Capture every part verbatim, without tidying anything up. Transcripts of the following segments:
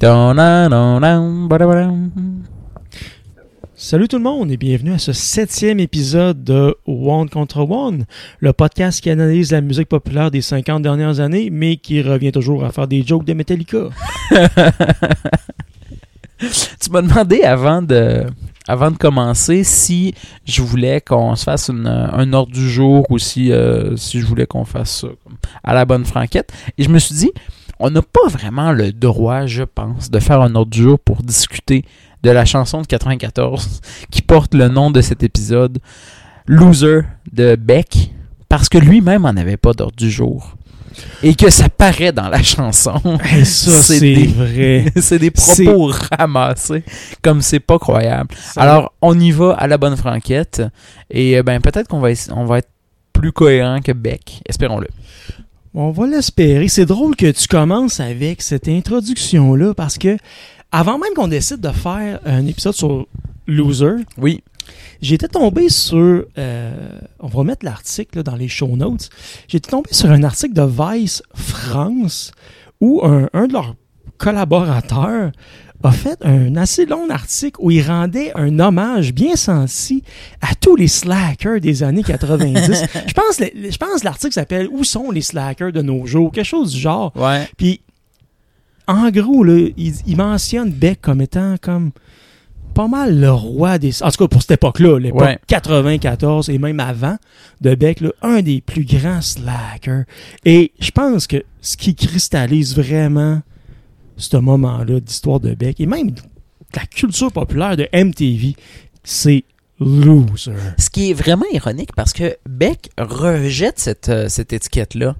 Salut tout le monde et bienvenue à ce septième épisode de One contre One, le podcast qui analyse la musique populaire des cinquante dernières années, mais qui revient toujours à faire des jokes de Metallica. Tu m'as demandé avant de, avant de commencer si je voulais qu'on se fasse une, un ordre du jour ou si, euh, si je voulais qu'on fasse ça à la bonne franquette. Et je me suis dit, on n'a pas vraiment le droit, je pense, de faire un ordre du jour pour discuter de la chanson de quatre-vingt-quatorze qui porte le nom de cet épisode, Loser de Beck, parce que lui-même n'en avait pas d'ordre du jour. Et que ça paraît dans la chanson. Et ça, c'est, c'est des, vrai. C'est des propos c'est... ramassés, comme c'est pas croyable. Ça Alors, va. On y va à la bonne franquette, et ben peut-être qu'on va, on va être plus cohérent que Beck, espérons-le. On va l'espérer. C'est drôle que tu commences avec cette introduction-là, parce que avant même qu'on décide de faire un épisode sur Loser, oui, j'étais tombé sur... Euh, on va mettre l'article là, dans les show notes. J'étais tombé sur un article de Vice France où un, un de leurs collaborateurs a fait un assez long article où il rendait un hommage bien senti à tous les slackers des années quatre-vingt-dix. je pense je pense que l'article s'appelle « Où sont les slackers de nos jours ?» quelque chose du genre. Ouais. Puis, en gros, là, il, il mentionne Beck comme étant comme pas mal le roi des... En tout cas, pour cette époque-là, l'époque ouais. quatre-vingt-quatorze et même avant de Beck, là, un des plus grands slackers. Et je pense que ce qui cristallise vraiment ce moment-là d'histoire de Beck, et même de la culture populaire de M T V, c'est Loser. Ce qui est vraiment ironique, parce que Beck rejette cette, euh, cette étiquette-là.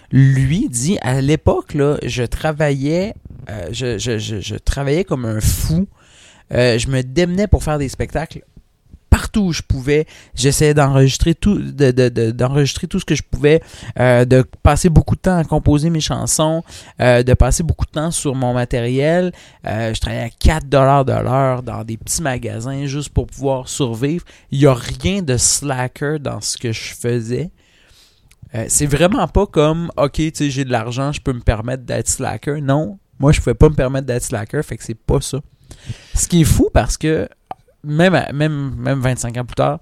Lui dit, à l'époque, là, je travaillais, euh, je, je, je, je travaillais comme un fou. Euh, je me démenais pour faire des spectacles partout où je pouvais. J'essayais d'enregistrer tout, de, de, de, d'enregistrer tout ce que je pouvais, euh, de passer beaucoup de temps à composer mes chansons, euh, de passer beaucoup de temps sur mon matériel. Euh, je travaillais à quatre dollars de l'heure dans des petits magasins juste pour pouvoir survivre. Il n'y a rien de slacker dans ce que je faisais. Euh, c'est vraiment pas comme, OK, tu sais, j'ai de l'argent, je peux me permettre d'être slacker. Non, moi, je pouvais pas me permettre d'être slacker, fait que c'est pas ça. Ce qui est fou parce que, même, même, même vingt-cinq ans plus tard,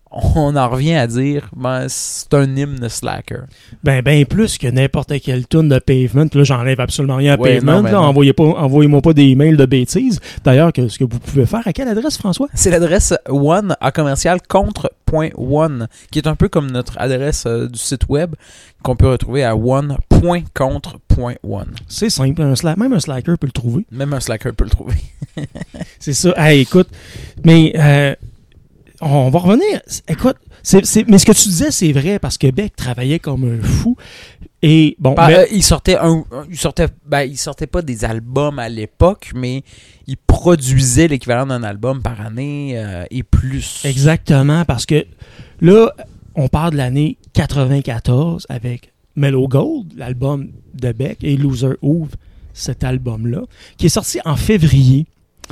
on en revient à dire, ben, c'est un hymne slacker. Ben, ben plus que n'importe quelle tune de Pavement. Puis là, j'enlève absolument rien à ouais, Pavement. Non, ben là, envoyez pas, envoyez-moi pas des emails de bêtises. D'ailleurs, que, ce que vous pouvez faire, à quelle adresse, François? C'est l'adresse one à commercial contre point one, qui est un peu comme notre adresse euh, du site web, qu'on peut retrouver à one point contre point one. C'est simple. Un slack, même un slacker peut le trouver. Même un slacker peut le trouver. C'est ça. Hey, écoute, mais... Euh, on va revenir. Écoute, c'est, c'est, mais ce que tu disais, c'est vrai, parce que Beck travaillait comme un fou. Et bon, bah, mais... euh, il sortait un, il sortait, ben, il sortait pas des albums à l'époque, mais il produisait l'équivalent d'un album par année euh, et plus. Exactement, parce que là, on parle de l'année quatre-vingt-quatorze avec Mellow Gold, l'album de Beck, et Loser ouvre cet album-là, qui est sorti en février.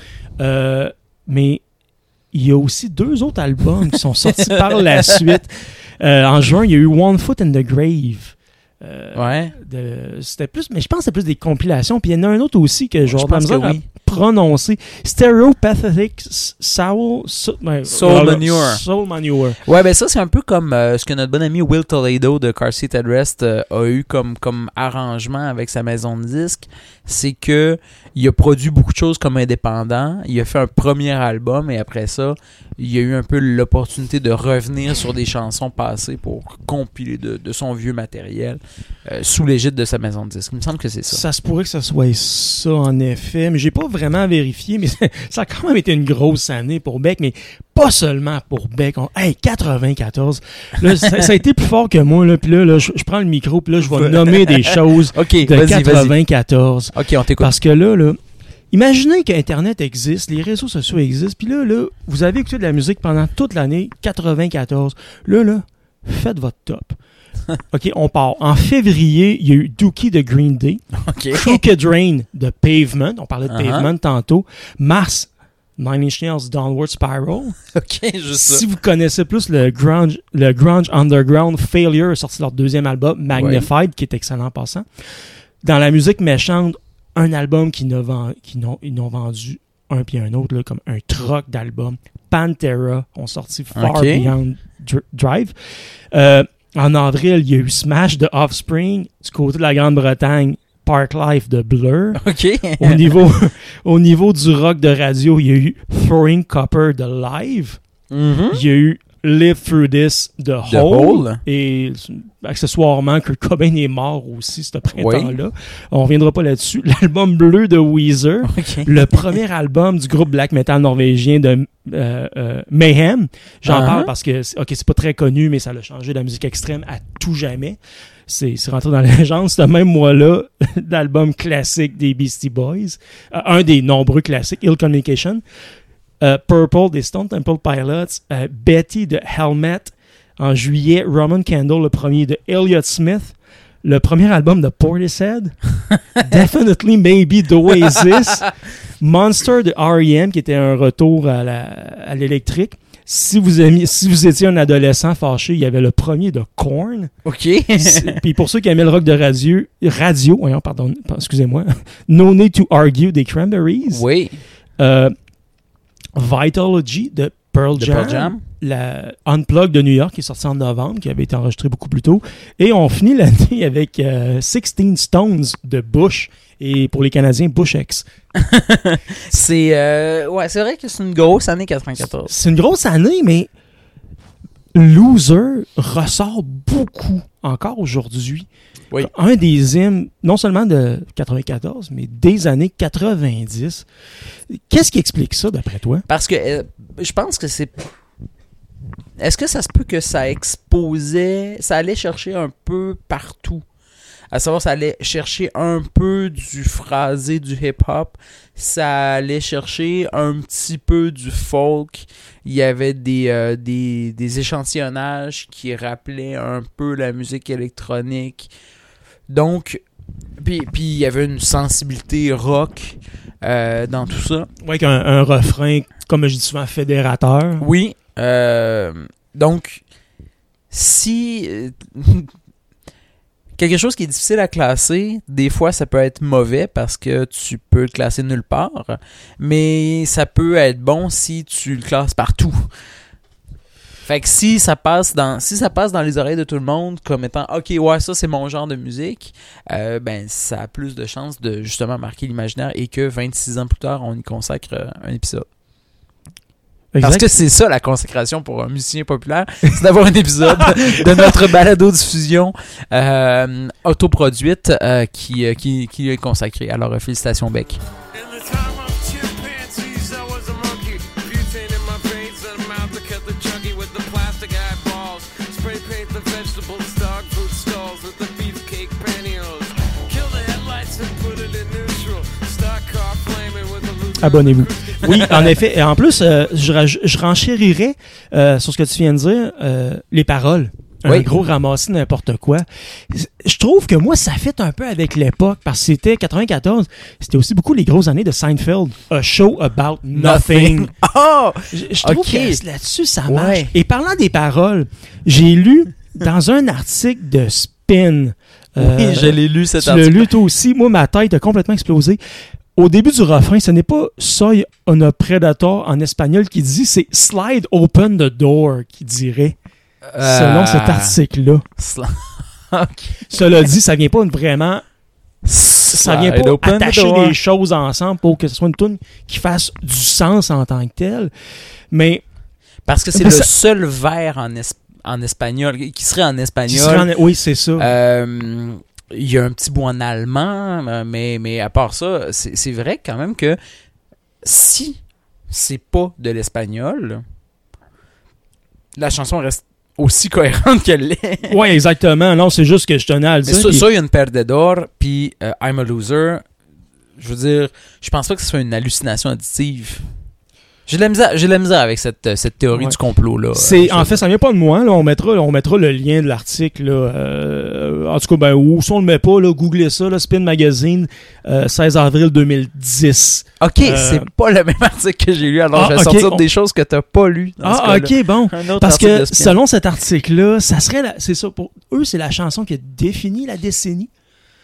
Euh, mais il y a aussi deux autres albums qui sont sortis par la suite. Euh, en juin, il y a eu One Foot in the Grave. Euh, ouais. De, c'était plus, mais je pense que c'était plus des compilations. Puis il y en a un autre aussi que genre, je pense que oui. prononcer. Stereopathic Soul, Soul, Soul Manure. Soul Manure. Ouais, ben ça, c'est un peu comme euh, ce que notre bon ami Will Toledo de Car Seat Headrest euh, a eu comme, comme arrangement avec sa maison de disques. C'est que il a produit beaucoup de choses comme indépendant. Il a fait un premier album et après ça, il a eu un peu l'opportunité de revenir sur des chansons passées pour compiler de, de son vieux matériel euh, sous l'égide de sa maison de disques. Il me semble que c'est ça. Ça se pourrait que ça soit ça, en effet. Mais j'ai pas vraiment vérifié, mais ça a quand même été une grosse année pour Beck, mais pas seulement pour Beck. On... Hey, quatre-vingt-quatorze! Là, ça, ça a été plus fort que moi, là. Puis là, là je, je prends le micro, puis là, je vais nommer des choses okay, de vas-y, quatre-vingt-quatorze. Vas-y. OK, on t'écoute. Parce que là, là, imaginez qu'Internet existe, les réseaux sociaux existent, puis là, là, vous avez écouté de la musique pendant toute l'année quatre-vingt-quatorze. Là, là, faites votre top. OK, on part. En février, il y a eu Dookie de Green Day. Okay. Crooked Rain de Pavement. On parlait de uh-huh. Pavement tantôt. Mars, Nine Inch Nails Downward Spiral. OK, juste ça. Si vous connaissez plus le grunge, le grunge underground, Failure a sorti leur deuxième album, Magnified, oui. qui est excellent en passant. Dans la musique méchante, un album qui n'a vend, qui n'ont, ils n'ont vendu un puis un autre, là, comme un troc d'albums. Pantera ont sorti Far okay. Beyond Dr- Drive. Euh, en avril, il y a eu Smash de Offspring. Du côté de la Grande-Bretagne, Parklife de Blur. OK. au, niveau, au niveau du rock de radio, il y a eu Throwing Copper de Live. Mm-hmm. Il y a eu Live Through This de Hole. Hole. Et accessoirement, Kurt Cobain est mort aussi ce printemps-là. Oui. On reviendra pas là-dessus. L'album bleu de Weezer. Okay. Le premier album du groupe black metal norvégien de euh, euh, Mayhem. J'en uh-huh. parle parce que ok, c'est pas très connu, mais ça a changé de la musique extrême à tout jamais. C'est, c'est rentré dans la légende. C'est même mois-là l'album classique des Beastie Boys. Euh, un des nombreux classiques, Ill Communication. Uh, Purple des Stone Temple Pilots, uh, Betty de Helmet en juillet, Roman Candle, le premier de Elliott Smith, le premier album de Portishead, Definitely Maybe d'Oasis, Monster de R E M qui était un retour à, la, à l'électrique. Si vous, aimiez, si vous étiez un adolescent fâché, il y avait le premier de Korn. OK. Puis pour ceux qui aimaient le rock de radio, radio, voyons, pardon, excusez-moi, No Need to Argue des Cranberries. Oui. Euh, Vitalogy de Pearl Jam, Pearl Jam, la Unplugged de New York qui est sortie en novembre, qui avait été enregistrée beaucoup plus tôt. Et on finit l'année avec euh, sixteen Stones de Bush et pour les Canadiens, Bush X. c'est, euh, ouais, c'est vrai que c'est une grosse année quatre-vingt-quatorze. C'est une grosse année, mais Loser ressort beaucoup encore aujourd'hui. Oui. Un des hymnes, non seulement de quatre-vingt-quatorze, mais des années quatre-vingt-dix. Qu'est-ce qui explique ça, d'après toi? Parce que euh, je pense que c'est... Est-ce que ça se peut que ça exposait... Ça allait chercher un peu partout? À savoir, ça allait chercher un peu du phrasé, du hip-hop. Ça allait chercher un petit peu du folk. Il y avait des, euh, des, des échantillonnages qui rappelaient un peu la musique électronique. Donc, puis il y avait une sensibilité rock euh, dans tout ça. Oui, avec un, un refrain, comme je dis souvent, fédérateur. Oui. Euh, donc, si... Euh, quelque chose qui est difficile à classer, des fois ça peut être mauvais parce que tu peux le classer nulle part, mais ça peut être bon si tu le classes partout. Fait que si ça passe dans si ça passe dans les oreilles de tout le monde comme étant ok ouais ça c'est mon genre de musique, euh, ben ça a plus de chances de justement marquer l'imaginaire et que vingt-six ans plus tard on y consacre euh, un épisode. Exact. Parce que c'est ça la consécration pour un musicien populaire, c'est d'avoir un épisode de notre balado-diffusion euh, autoproduite euh, qui, euh, qui, qui est consacré. Alors euh, félicitations Beck. Abonnez-vous. Oui, en effet. Et en plus, euh, je, raj- je renchérirais euh, sur ce que tu viens de dire, euh, les paroles. Un oui. gros ramassis n'importe quoi. Je trouve que moi, ça fit un peu avec l'époque, parce que c'était quatre-vingt-quatorze, c'était aussi beaucoup les grosses années de Seinfeld. A show about nothing. nothing. Oh! Je, je trouve okay. que là-dessus, ça marche. Ouais. Et parlant des paroles, j'ai lu dans un article de Spin. Euh, oui, je l'ai lu cet tu article. Tu l'as lu toi aussi. Moi, ma tête a complètement explosé. Au début du refrain, ce n'est pas « Soy un predator » en espagnol qui dit, c'est « Slide open the door » qui dirait, euh... selon cet article-là. Sl- okay. Cela dit, ça vient pas vraiment... Ça vient pas attacher les choses ensemble pour que ce soit une tune qui fasse du sens en tant que telle. Mais... Parce que c'est le ça... seul vers en, es- en espagnol, qui serait en espagnol. Qui serait en... Oui, c'est ça. Euh... Il y a un petit bout en allemand, mais, mais à part ça, c'est, c'est vrai quand même que si c'est pas de l'espagnol, la chanson reste aussi cohérente qu'elle l'est. Oui, exactement. Non, c'est juste que je tenais à le dire. Mais ça, puis... ça, il y a une perdedor, puis euh, I'm a loser. Je veux dire, je pense pas que ce soit une hallucination auditive. J'ai de la misère, j'ai de la misère avec cette, cette théorie ouais. du complot là. C'est, euh, en fait, ça vient pas de moi. Là, on mettra, on mettra le lien de l'article. Là, euh, en tout cas, ben où si on le met pas, là, googlez ça. Là, Spin Magazine, euh, seize avril deux mille dix. Ok, euh... c'est pas le même article que j'ai lu. Alors, ah, je vais okay, sortir on... des choses que t'as pas lues. Dans ah, ce ok, bon. Parce que selon cet article-là, ça serait, la, c'est ça pour eux, c'est la chanson qui a défini la décennie.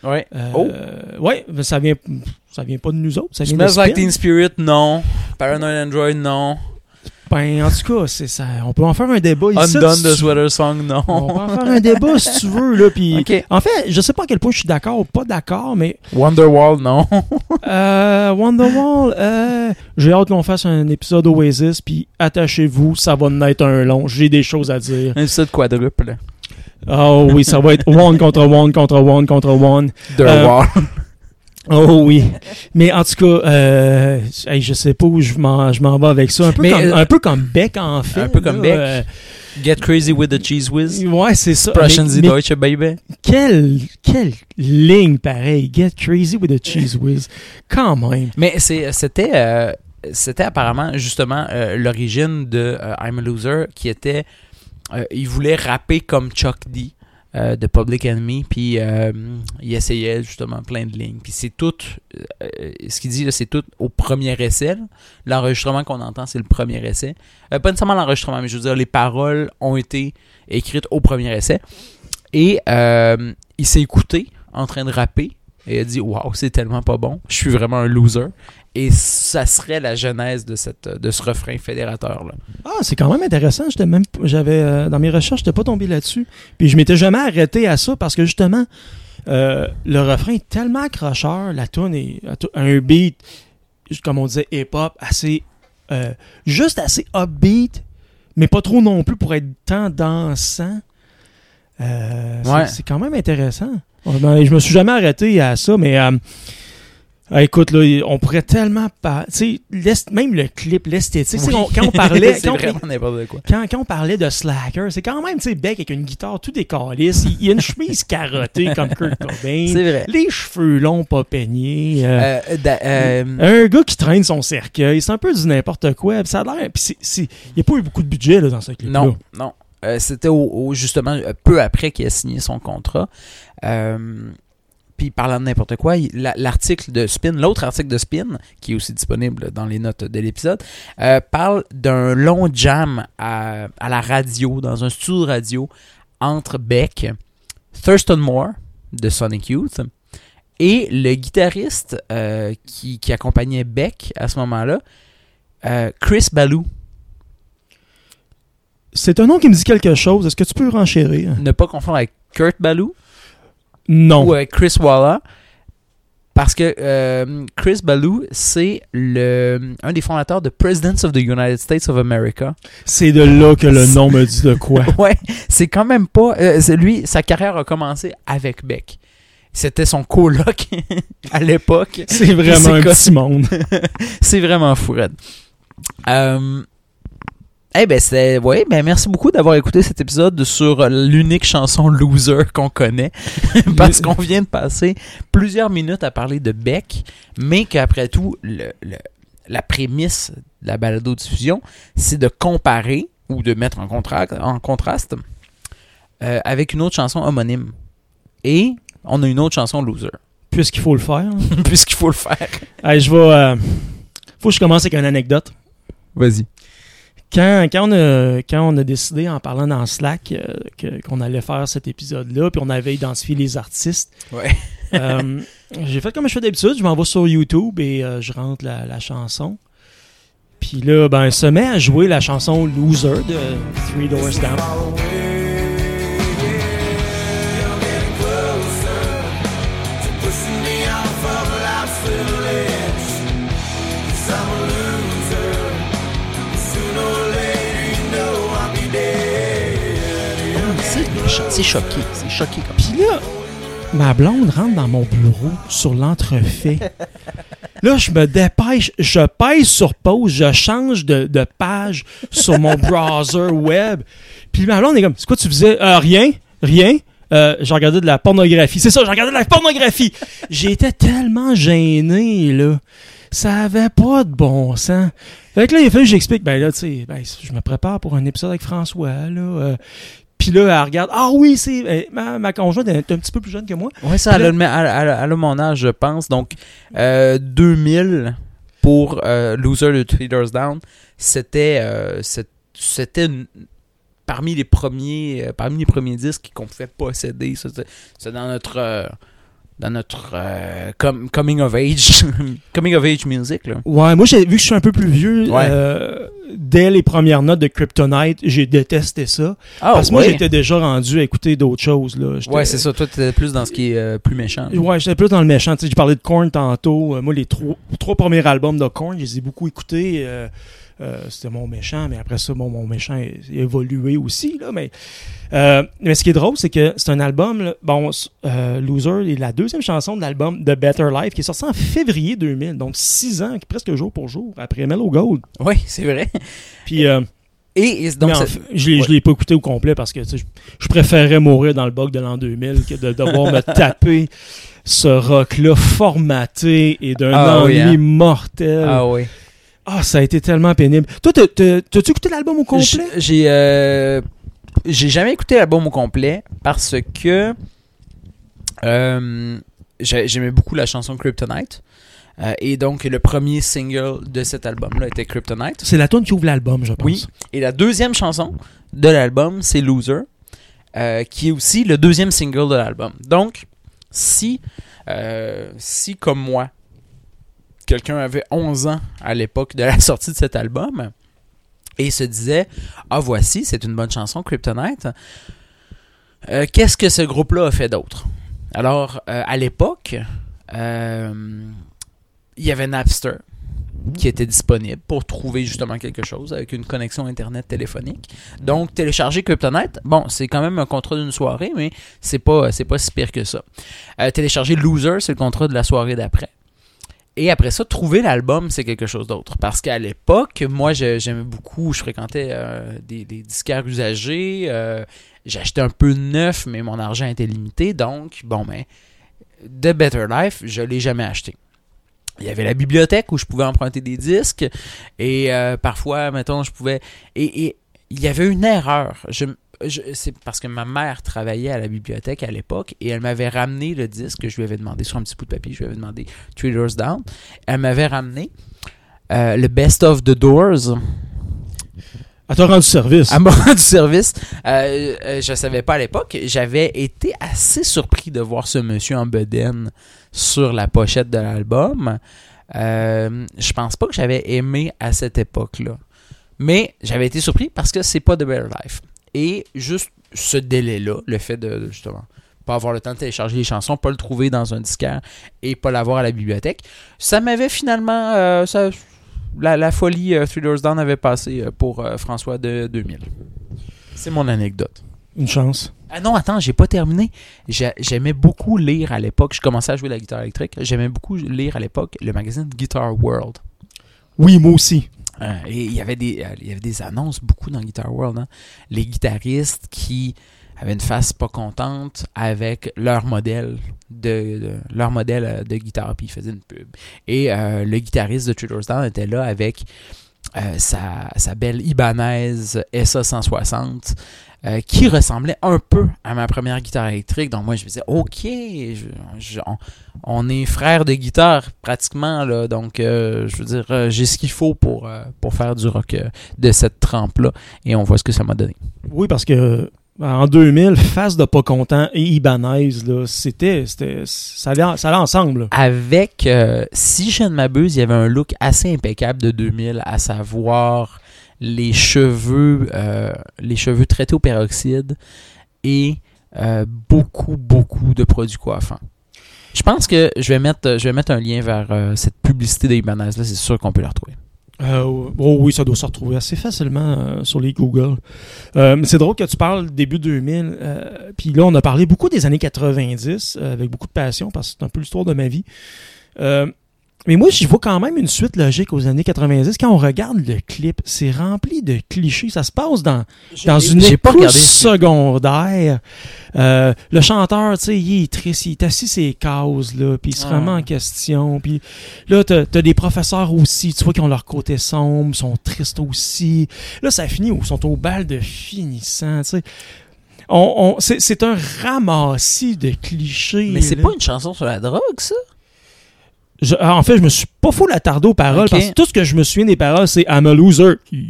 Ouais. Euh, oh! Ouais, mais ça vient, ça vient pas de nous autres. Ça vient Smells de Like Spin. Teen Spirit, non. Paranoid Android, non. Ben, en tout cas, c'est ça. On peut en faire un débat ici. Undone si the tu- Sweater Song, non. On peut en faire un débat si tu veux. Là, puis, Ok. en fait, je sais pas à quel point je suis d'accord ou pas d'accord, mais Wonderwall, non. euh, Wonderwall, euh, j'ai hâte qu'on fasse un épisode Oasis, puis attachez-vous, ça va en être un long. J'ai des choses à dire. Un épisode quadruple. Oh oui, ça va être one contre one contre one contre one. The Euh, Wall. Oh oui. Mais en tout cas, euh, hey, je sais pas où je m'en, je m'en vais avec ça. Un peu, Mais, comme, euh, un peu comme Beck, en fait. un peu comme là, Beck. euh, Get Crazy with the Cheese Whiz. ouais, c'est ça. Prussian Mais- Sie mais Deutsche Baby. quelle, quelle ligne pareil. Get crazy with the cheese whiz. Quand même. Mais c'est, c'était, euh, c'était apparemment justement euh, l'origine de euh, I'm a Loser, qui était, euh, il voulait rapper comme Chuck D euh, de Public Enemy, puis euh, il essayait justement plein de lignes. Puis c'est tout, euh, ce qu'il dit là, c'est tout au premier essai. Là. L'enregistrement qu'on entend, c'est le premier essai. Euh, pas nécessairement l'enregistrement, mais je veux dire, les paroles ont été écrites au premier essai. Et euh, il s'est écouté en train de rapper et il a dit « Wow, c'est tellement pas bon, je suis vraiment un loser ». Et ça serait la genèse de, cette, de ce refrain fédérateur-là. Ah, c'est quand même intéressant. J'étais même, j'avais, euh, dans mes recherches, j'étais pas tombé là-dessus. Puis je m'étais jamais arrêté à ça parce que justement, euh, le refrain est tellement accrocheur. La tune est un beat, comme on disait, hip-hop, assez, euh, juste assez upbeat, mais pas trop non plus pour être tant dansant. Euh, Ouais. c'est, c'est quand même intéressant. Ben, je me suis jamais arrêté à ça, mais euh, ah, écoute, là, on pourrait tellement pas. Tu sais, même le clip, l'esthétique. Oui. Tu sais, on- quand on parlait. c'est quand on- vraiment n'importe quoi. quand, quand on parlait de Slacker, c'est quand même, tu sais, Beck avec une guitare tout décalisse. Il, il a une chemise carottée comme Kurt Cobain. C'est vrai. Les cheveux longs, pas peignés. euh, Euh, da- euh, un gars qui traîne son cercueil. C'est un peu du n'importe quoi. Puis ça a l'air. Puis c'est, c'est, il n'y a pas eu beaucoup de budget là, dans ce clip-là. non, non. Euh, c'était au, au- justement euh, peu après qu'il a signé son contrat. Euh, Puis parlant de n'importe quoi, il- la- l'article de Spin, l'autre article de Spin, qui est aussi disponible dans les notes de l'épisode, euh, parle d'un long jam à, à la radio, dans un studio de radio, entre Beck, Thurston Moore de Sonic Youth, et le guitariste euh, qui, qui accompagnait Beck à ce moment-là, euh, Chris Ballou. C'est un nom qui me dit quelque chose. Est-ce que tu peux renchérir? Ne pas confondre avec Kurt Ballou Non. ou avec Chris Walla. Parce que euh, Chris Ballou, c'est le un des fondateurs de Presidents of the United States of America. C'est de là que le nom me dit de quoi. Ouais, c'est quand même pas... euh, c'est lui, sa carrière a commencé avec Beck. C'était son coloc à l'époque. C'est vraiment C'est un quoi? petit monde. C'est vraiment fou, Red. Euh... Eh ben c'est ouais, ben merci beaucoup d'avoir écouté cet épisode sur l'unique chanson Loser qu'on connaît parce qu'on vient de passer plusieurs minutes à parler de Beck, mais qu'après tout le, le, la prémisse de la balado-diffusion, c'est de comparer ou de mettre en, contra- en contraste euh, avec une autre chanson homonyme. Et on a une autre chanson Loser. Puisqu'il faut le faire. Puisqu'il faut le faire. Hey, je vais. Euh, faut que je commence avec une anecdote. Vas-y. Quand, quand, on a, quand on a décidé, en parlant dans Slack, euh, que, qu'on allait faire cet épisode-là, puis on avait identifié les artistes, Ouais. euh, j'ai fait comme je fais d'habitude, je m'en vais sur YouTube et euh, je rentre la, la chanson. Puis là, ben, se met à jouer la chanson Loser de Three Doors Down. C'est choqué, c'est choqué comme Puis là, ma blonde rentre dans mon bureau sur l'entrefait. Là, je me dépêche, je pèse sur pause, je change de, de page sur mon browser web. Puis ma blonde est comme, c'est quoi tu faisais? Euh, rien, rien. Euh, j'ai regardé de la pornographie. C'est ça, j'ai regardé de la pornographie. J'étais tellement gêné, là. Ça avait pas de bon sens. Fait que là, il a fallu que j'explique. Ben là, tu sais, ben, je me prépare pour un épisode avec François, là. Euh, Puis là, elle regarde. Ah oui, c'est. euh, ma, ma conjointe est un petit peu plus jeune que moi. Ouais, ça, elle a, le- elle, elle- elle a mon âge, je pense. Donc, euh, deux mille pour euh, Loser de Three Doors Down, c'était, euh, c'est- c'était une- parmi les premiers, euh, parmi les premiers disques qu'on pouvait posséder. Ça, C'était, c'était dans notre, euh, dans notre euh, com- coming of age coming of age music là. Ouais, moi j'ai vu que je suis un peu plus vieux, ouais. euh, dès les premières notes de Kryptonite, j'ai détesté ça. Oh, parce que ouais. moi j'étais déjà rendu à écouter d'autres choses là. J'étais... Ouais, c'est ça, toi t'étais plus dans ce qui est euh, plus méchant. Là. Ouais, j'étais plus dans le méchant, tu sais, j'ai parlé de Korn tantôt, euh, moi les trois, trois premiers albums de Korn, je les ai beaucoup écoutés. Euh, Euh, c'était mon méchant, mais après ça, bon, mon méchant a évolué aussi. Là, mais, euh, mais ce qui est drôle, c'est que c'est un album, là, bon, euh, Loser est la deuxième chanson de l'album The Better Life qui est sorti en février deux mille, donc six ans, presque jour pour jour, après Mellow Gold. Oui, c'est vrai. Puis, euh, et, et donc, en fait, je ne ouais. l'ai pas écouté au complet parce que je, je préférais mourir dans le bug de l'an deux mille que de devoir me taper ce rock-là formaté et d'un ah, ennui oui, hein? mortel. Ah oui. Ah, ça a été tellement pénible. Toi, t'as, t'as, t'as-tu écouté l'album au complet? J'ai, euh, j'ai jamais écouté l'album au complet parce que euh, j'aimais beaucoup la chanson Kryptonite. Euh, et donc, le premier single de cet album-là était Kryptonite. C'est la tune qui ouvre l'album, je pense. Oui. Et la deuxième chanson de l'album, c'est Loser, euh, qui est aussi le deuxième single de l'album. Donc, si, euh, si comme moi, quelqu'un avait onze ans à l'époque de la sortie de cet album et se disait « Ah, voici, c'est une bonne chanson, Kryptonite. Euh, » Qu'est-ce que ce groupe-là a fait d'autre? Alors, euh, à l'époque, euh, il y avait Napster qui était disponible pour trouver justement quelque chose avec une connexion Internet téléphonique. Donc, télécharger Kryptonite, bon, c'est quand même un contrat d'une soirée, mais c'est pas, c'est pas si pire que ça. Euh, télécharger Loser, c'est le contrat de la soirée d'après. Et après ça, trouver l'album, c'est quelque chose d'autre. Parce qu'à l'époque, moi, je, j'aimais beaucoup, je fréquentais euh, des, des disquaires usagés, euh, j'achetais un peu neuf, mais mon argent était limité. Donc, bon, ben, The Better Life, je ne l'ai jamais acheté. Il y avait la bibliothèque où je pouvais emprunter des disques. Et euh, parfois, mettons, je pouvais... Et, et il y avait une erreur. Je Je, c'est parce que ma mère travaillait à la bibliothèque à l'époque et elle m'avait ramené le disque que je lui avais demandé sur un petit bout de papier. Je lui avais demandé Three Doors Down. Elle m'avait ramené euh, le Best of the Doors. Elle t'a rendu service. Elle m'a rendu service. Euh, euh, je ne savais pas à l'époque. J'avais été assez surpris de voir ce monsieur en bedaine sur la pochette de l'album. Euh, je pense pas que j'avais aimé à cette époque-là. Mais j'avais été surpris parce que c'est pas The Better Life. Et juste ce délai-là, le fait de, justement, pas avoir le temps de télécharger les chansons, pas le trouver dans un disquaire et pas l'avoir à la bibliothèque, ça m'avait finalement... Euh, ça, la, la folie euh, Three Doors Down avait passé euh, pour euh, François de deux mille. C'est mon anecdote. Une chance. Ah non, attends, j'ai pas terminé. J'ai, j'aimais beaucoup lire à l'époque. Je commençais à jouer de la guitare électrique. J'aimais beaucoup lire à l'époque le magazine Guitar World. Oui, moi aussi. Euh, et il y avait des euh, il y avait des annonces beaucoup dans Guitar World, hein? Les guitaristes qui avaient une face pas contente avec leur modèle de, de leur modèle de guitare, puis ils faisaient une pub. Et euh, le guitariste de Three Doors Down était là avec euh, sa, sa belle Ibanez S A cent soixante euh, qui ressemblait un peu à ma première guitare électrique. Donc moi je me disais ok, je, je, on, on est frères de guitare pratiquement là, donc euh, je veux dire euh, j'ai ce qu'il faut pour euh, pour faire du rock euh, de cette trempe là, et on voit ce que ça m'a donné. Oui, parce que en deux mille, Face de Pas Content et Ibanez, là, c'était, c'était ça allait, ça allait ensemble. Là. Avec, euh, si je ne m'abuse, il y avait un look assez impeccable de deux mille, à savoir les cheveux, euh, les cheveux traités au peroxyde et euh, beaucoup, beaucoup de produits coiffants. Je pense que je vais mettre, je vais mettre un lien vers euh, cette publicité d'Ibanez, là, c'est sûr qu'on peut la retrouver. Euh, oh oui, ça doit se retrouver assez facilement euh, sur les Google. Euh, mais c'est drôle que tu parles début deux mille. Euh, Puis là, on a parlé beaucoup des années quatre-vingt-dix euh, avec beaucoup de passion parce que c'est un peu l'histoire de ma vie. Euh, mais moi, j'y vois quand même une suite logique aux années quatre-vingt-dix. Quand on regarde le clip, c'est rempli de clichés. Ça se passe dans, dans une école secondaire. Euh, le chanteur, tu sais, il est triste, il est assis ses cases, là, puis il se remet en question. Puis là, t'as, t'as des professeurs aussi, tu vois, qui ont leur côté sombre, sont tristes aussi. Là, ça finit, ils sont au bal de finissant, tu sais. On, on, c'est, c'est un ramassis de clichés. Mais c'est là. Pas une chanson sur la drogue, ça? Je, en fait, je me suis pas fou la tarder aux paroles, okay. Parce que tout ce que je me souviens des paroles, c'est I'm a loser.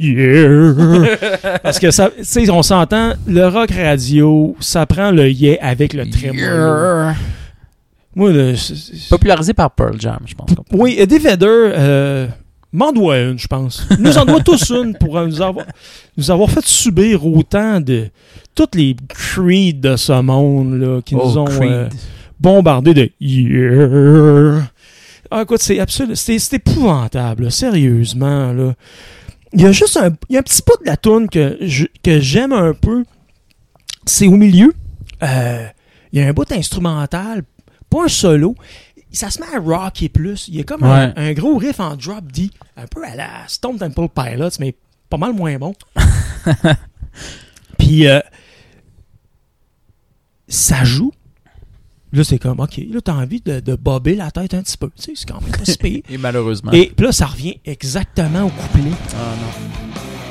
Yeah. Parce que ça, tu sais, on s'entend, le rock radio, ça prend le yeah avec le trémolo. Yeah. Moi, le, c'est, c'est... Popularisé par Pearl Jam, je pense. Oui, Eddie Vedder, euh, m'en doit une, je pense. Il nous en doit tous une pour nous avoir, nous avoir fait subir autant de toutes les Creed de ce monde là, qui oh, nous ont euh, Creed. bombardé de yeah. Ah, écoute, c'est absolument, c'est, c'est épouvantable, là, sérieusement. Là. Il y a juste un, il y a un petit bout de la toune que, je, que j'aime un peu. C'est au milieu. Euh, il y a un bout instrumental, pas un solo. Ça se met à rocker plus. Il y a comme ouais. un, un gros riff en drop D, un peu à la Stone Temple Pilots, mais pas mal moins bon. Puis, euh, ça joue. Là, c'est comme, OK, là, t'as envie de, de bobber la tête un petit peu. Tu sais, c'est quand même pas si pire. Et malheureusement. Et puis là, ça revient exactement au couplet. Ah non.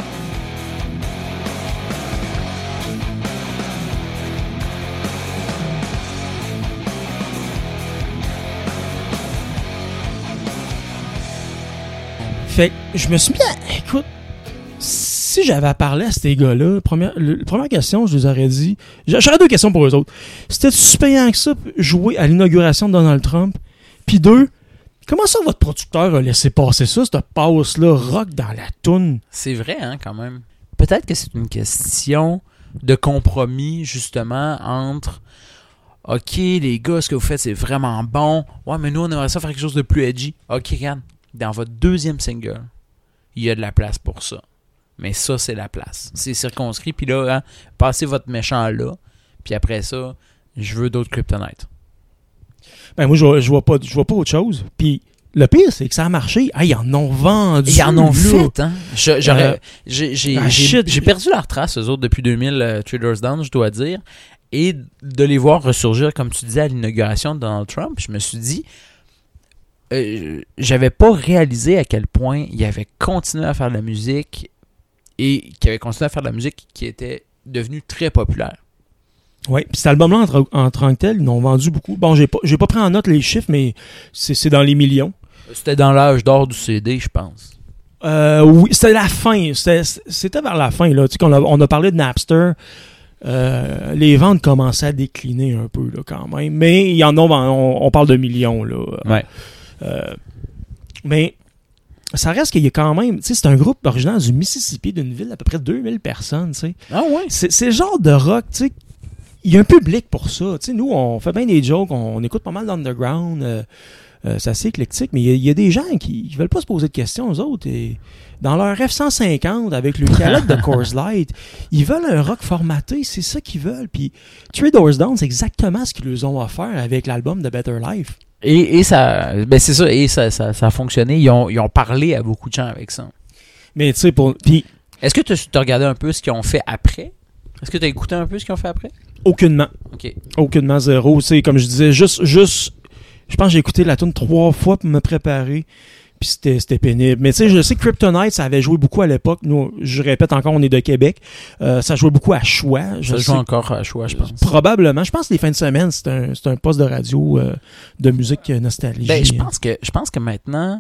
Fait que je me suis mis à... Écoute, si j'avais parlé à ces gars-là, première, le, première question, je les aurais dit... J'aurais deux questions pour eux autres. C'était-tu si payant que ça, jouer à l'inauguration de Donald Trump? Puis deux, comment ça votre producteur a laissé passer ça, cette passe-là, rock dans la toune? C'est vrai, hein, quand même. Peut-être que c'est une question de compromis, justement, entre... OK, les gars, ce que vous faites, c'est vraiment bon. Ouais, mais nous, on aimerait ça faire quelque chose de plus edgy. OK, regarde. Dans votre deuxième single, il y a de la place pour ça. Mais ça, c'est la place. C'est circonscrit. Puis là, hein, passez votre méchant là. Puis après ça, je veux d'autres Kryptonite. Ben moi, je vois, je vois pas, je vois pas autre chose. Puis le pire, c'est que ça a marché. Ah, ils en ont vendu. Ils en ont là. fait, hein. Je, j'aurais, euh, j'ai, j'ai, ah, j'ai, j'ai perdu leur trace, eux autres, depuis deux mille, euh, Three Doors Down, je dois dire. Et de les voir ressurgir, comme tu disais, à l'inauguration de Donald Trump, je me suis dit... Euh, j'avais pas réalisé à quel point il avait continué à faire de la musique et qu'il avait continué à faire de la musique qui était devenue très populaire. Oui, puis cet album-là, en, en tant que tel, ils l'ont vendu beaucoup. Bon, j'ai pas, j'ai pas pris en note les chiffres, mais c'est, c'est dans les millions. C'était dans l'âge d'or du C D, je pense. Euh, oui, c'était la fin. C'était, c'était vers la fin, là. Tu sais, qu'on a, on a parlé de Napster. Euh, les ventes commençaient à décliner un peu, là, quand même. Mais il y en a, on, on parle de millions, là. Ouais. Euh, mais ça reste qu'il y a quand même, tu sais, c'est un groupe originaire du Mississippi, d'une ville d'à peu près deux mille personnes, tu sais. Ah ouais? C'est, c'est le genre de rock, tu sais, il y a un public pour ça. Tu sais, nous, on fait bien des jokes, on, on écoute pas mal d'underground, euh, euh, c'est assez éclectique, mais il y, y a des gens qui, qui veulent pas se poser de questions, aux autres, et dans leur F cent cinquante, avec le calotte de Coors Light, ils veulent un rock formaté, c'est ça qu'ils veulent. Puis Three Doors Down, c'est exactement ce qu'ils nous ont offert avec l'album de Better Life. Et, et ça, ben c'est ça, et ça, ça, ça a fonctionné. Ils ont, ils ont parlé à beaucoup de gens avec ça. Mais tu sais, pour. Puis, est-ce que tu as regardé un peu ce qu'ils ont fait après? Est-ce que tu as écouté un peu ce qu'ils ont fait après? Aucunement. OK. Aucunement zéro. Tu sais, comme je disais, juste, juste. Je pense que j'ai écouté la tune trois fois pour me préparer. Puis c'était, c'était pénible. Mais tu sais, je sais que Kryptonite, ça avait joué beaucoup à l'époque. Nous, je répète encore, on est de Québec. Euh, ça jouait beaucoup à Choix. Je ça sais, joue encore à Choix, je pense. Probablement. Je pense que les fins de semaine, c'est un, c'est un poste de radio euh, de musique nostalgie. Ben, je pense que, je pense que maintenant...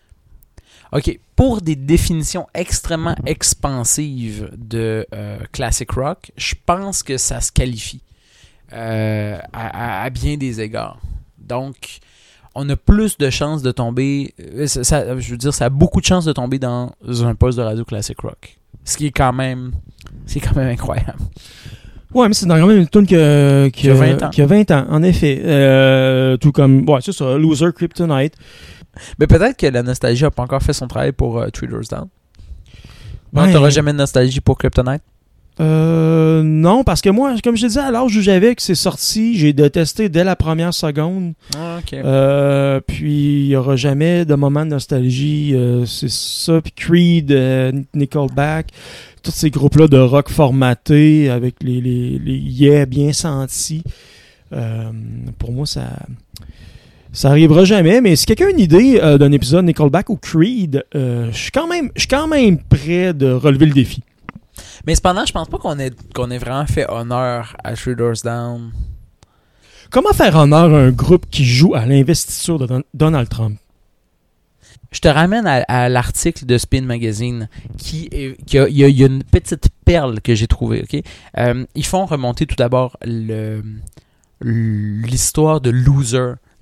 OK, pour des définitions extrêmement expansives de euh, classic rock, je pense que ça se qualifie euh, à, à, à bien des égards. Donc... on a plus de chances de tomber... Ça, ça, je veux dire, ça a beaucoup de chances de tomber dans un poste de radio classic rock. Ce qui est quand même... C'est quand même incroyable. Ouais, mais c'est quand même une tune qui a, qui, qui a vingt ans. Qui a vingt ans, en effet. Euh, tout comme... Ouais, c'est ça, Loser, Kryptonite. Mais peut-être que la nostalgie n'a pas encore fait son travail pour uh, Three Doors Down. Ouais. Non, t'auras jamais de nostalgie pour Kryptonite? Euh, non, parce que moi, comme je te disais, à l'âge où j'avais que c'est sorti, j'ai détesté dès la première seconde. Ah, ok. Euh, puis il n'y aura jamais de moment de nostalgie. Euh, c'est ça. Puis Creed, euh, Nickelback, tous ces groupes-là de rock formatés avec les, les, les yeah bien sentis. Euh, pour moi, ça... Ça arrivera jamais, mais si quelqu'un a une idée euh, d'un épisode Nickelback ou Creed, euh, je suis quand même, je suis quand même prêt de relever le défi. Mais cependant, je pense pas qu'on ait, qu'on ait vraiment fait honneur à Three Doors Down. Comment faire honneur à un groupe qui joue à l'investiture de Don- Donald Trump? Je te ramène à, à l'article de Spin Magazine qui est, qui a, il y a, il y a une petite perle que j'ai trouvée. Okay? Euh, ils font remonter tout d'abord le, l'histoire de Loser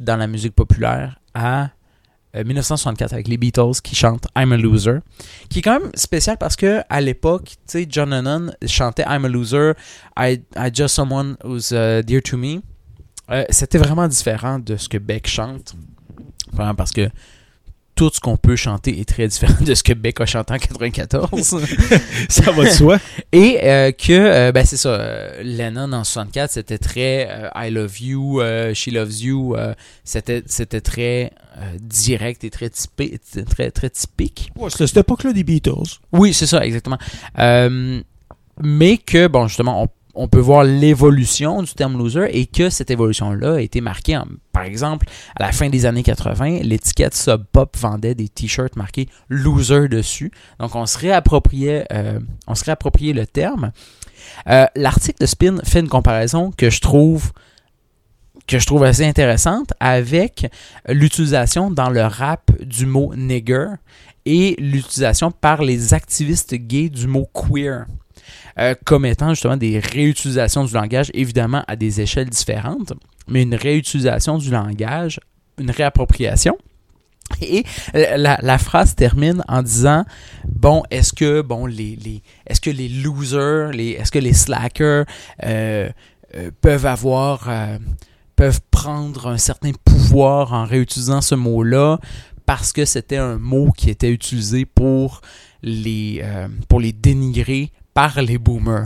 dans la musique populaire à euh, dix-neuf cent soixante-quatre avec les Beatles qui chantent I'm a Loser, qui est quand même spécial parce que à l'époque, tu sais, John Lennon chantait I'm a Loser, I, I Just Someone Who's uh, Dear to Me. Euh, c'était vraiment différent de ce que Beck chante, vraiment parce que tout ce qu'on peut chanter est très différent de ce que Beck a chanté en quatre-vingt-quatorze. Ça va de soi. Et euh, que, euh, ben c'est ça, euh, Lennon en soixante-quatre, c'était très euh, I love you, euh, she loves you, euh, c'était, c'était très euh, direct et très, typé, très, très typique. Ouais, c'était cette époque-là des Beatles. Oui, c'est ça, exactement. Euh, mais que, bon, justement, on on peut voir l'évolution du terme loser et que cette évolution-là a été marquée, en, par exemple, à la fin des années quatre-vingts, l'étiquette Sub Pop vendait des t-shirts marqués loser dessus. Donc, on se réappropriait, euh, on se réappropriait le terme. Euh, l'article de Spin fait une comparaison que je trouve que je trouve assez intéressante avec l'utilisation dans le rap du mot nigger et l'utilisation par les activistes gays du mot queer. Euh, comme étant justement des réutilisations du langage, évidemment à des échelles différentes, mais une réutilisation du langage, une réappropriation. Et la, la phrase termine en disant bon, est-ce que bon les, les est-ce que les losers, les est-ce que les slackers euh, euh, peuvent avoir euh, peuvent prendre un certain pouvoir en réutilisant ce mot-là parce que c'était un mot qui était utilisé pour les euh, pour les dénigrer par les boomers.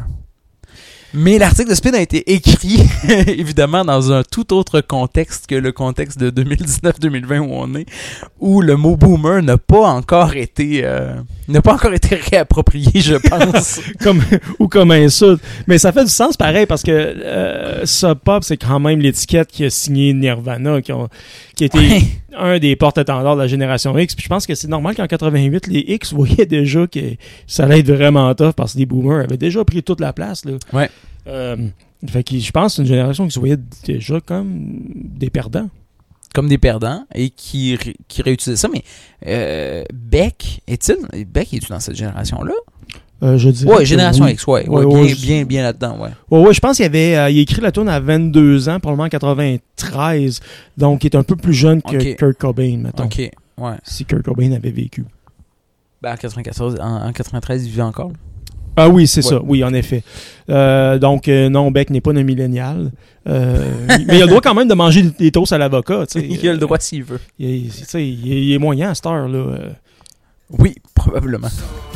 Mais l'article de Spin a été écrit, évidemment, dans un tout autre contexte que le contexte de deux mille dix-neuf deux mille vingt où on est, où le mot boomer n'a pas encore été, euh, n'a pas encore été réapproprié, je pense. comme, ou comme insulte. Mais ça fait du sens pareil parce que euh, Sub Pop, c'est quand même l'étiquette qui a signé Nirvana, qui, ont, qui a été ouais. un des porte-étendards de la génération X. Puis je pense que c'est normal qu'en quatre-vingt-huit, les X voyaient déjà que ça allait être vraiment tough parce que les boomers avaient déjà pris toute la place, là. Ouais. Euh, fait que je pense que c'est une génération qui se voyait déjà comme des perdants. Comme des perdants et qui, qui réutilisaient ça. Mais euh, Beck, est-il Beck, est-tu dans cette génération-là? Euh, je dirais. Ouais, Génération oui. X, ouais. ouais, ouais, ouais bien, je... bien, bien là-dedans, ouais. Ouais, ouais, je pense qu'il avait, euh, il a écrit la tune à vingt-deux ans, probablement en quatre-vingt-treize. Donc, il est un peu plus jeune que okay. Kurt Cobain, mettons. OK, ouais. Si Kurt Cobain avait vécu. Ben, en quatre-vingt-quatorze, en, en quatre-vingt-treize, il vivait encore. Ah oui, c'est ouais. ça. Oui, en effet. Euh, donc, euh, non, Beck n'est pas un millénial. Euh, mais il a le droit quand même de manger des toasts à l'avocat. Il a le droit s'il veut. Il, il, il, il est moyen à cette heure-là. Euh. Oui, probablement.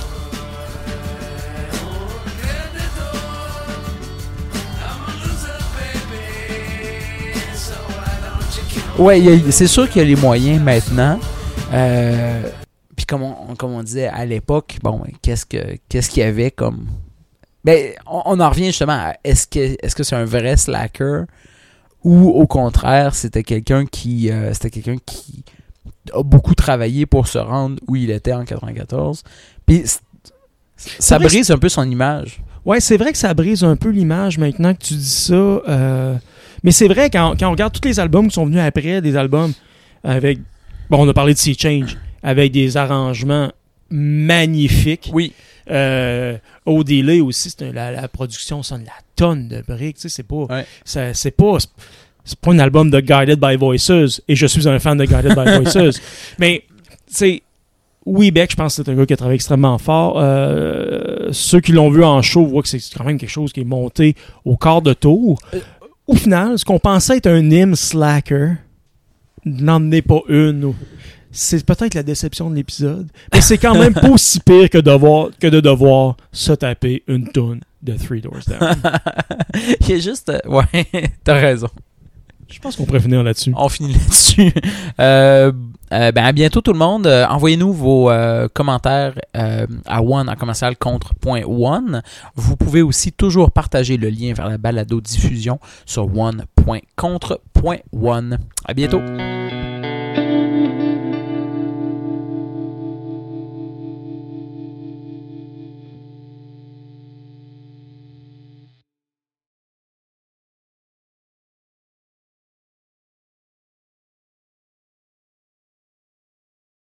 Oui, c'est sûr qu'il y a les moyens maintenant. Euh... Puis comme on, comme on disait à l'époque, bon, qu'est-ce que qu'est-ce qu'il y avait comme... Ben, on, on en revient justement à est-ce que est-ce que c'est un vrai slacker ou au contraire, c'était quelqu'un qui euh, c'était quelqu'un qui a beaucoup travaillé pour se rendre où il était en quatre-vingt-quatorze. Puis ça brise que... un peu son image. Ouais, c'est vrai que ça brise un peu l'image maintenant que tu dis ça. Euh... Mais c'est vrai, quand, quand on regarde tous les albums qui sont venus après, des albums avec... Bon, on a parlé de Sea Change, avec des arrangements magnifiques. Oui. Euh, au délai aussi, c'est la, la production sonne la tonne de briques. Tu sais, c'est pas, ouais. c'est, c'est pas, c'est pas un album de Guided by Voices. Et je suis un fan de Guided by Voices. Mais, tu sais, oui, Beck, je pense que c'est un gars qui a travaillé extrêmement fort. Euh, ceux qui l'ont vu en show voient que c'est quand même quelque chose qui est monté au quart de tour. Euh, au final, ce qu'on pensait être un hymne slacker n'en est pas une. C'est peut-être la déception de l'épisode, mais c'est quand même pas aussi pire que, devoir, que de devoir se taper une toune de Three Doors Down. Il y a juste... Euh, ouais, t'as raison. Je pense qu'on pourrait finir là-dessus. On finit là-dessus. Euh, euh, ben à bientôt tout le monde. Euh, envoyez-nous vos euh, commentaires euh, à one en commercial contre point one. Vous pouvez aussi toujours partager le lien vers la balado diffusion sur one point contre point one. À bientôt.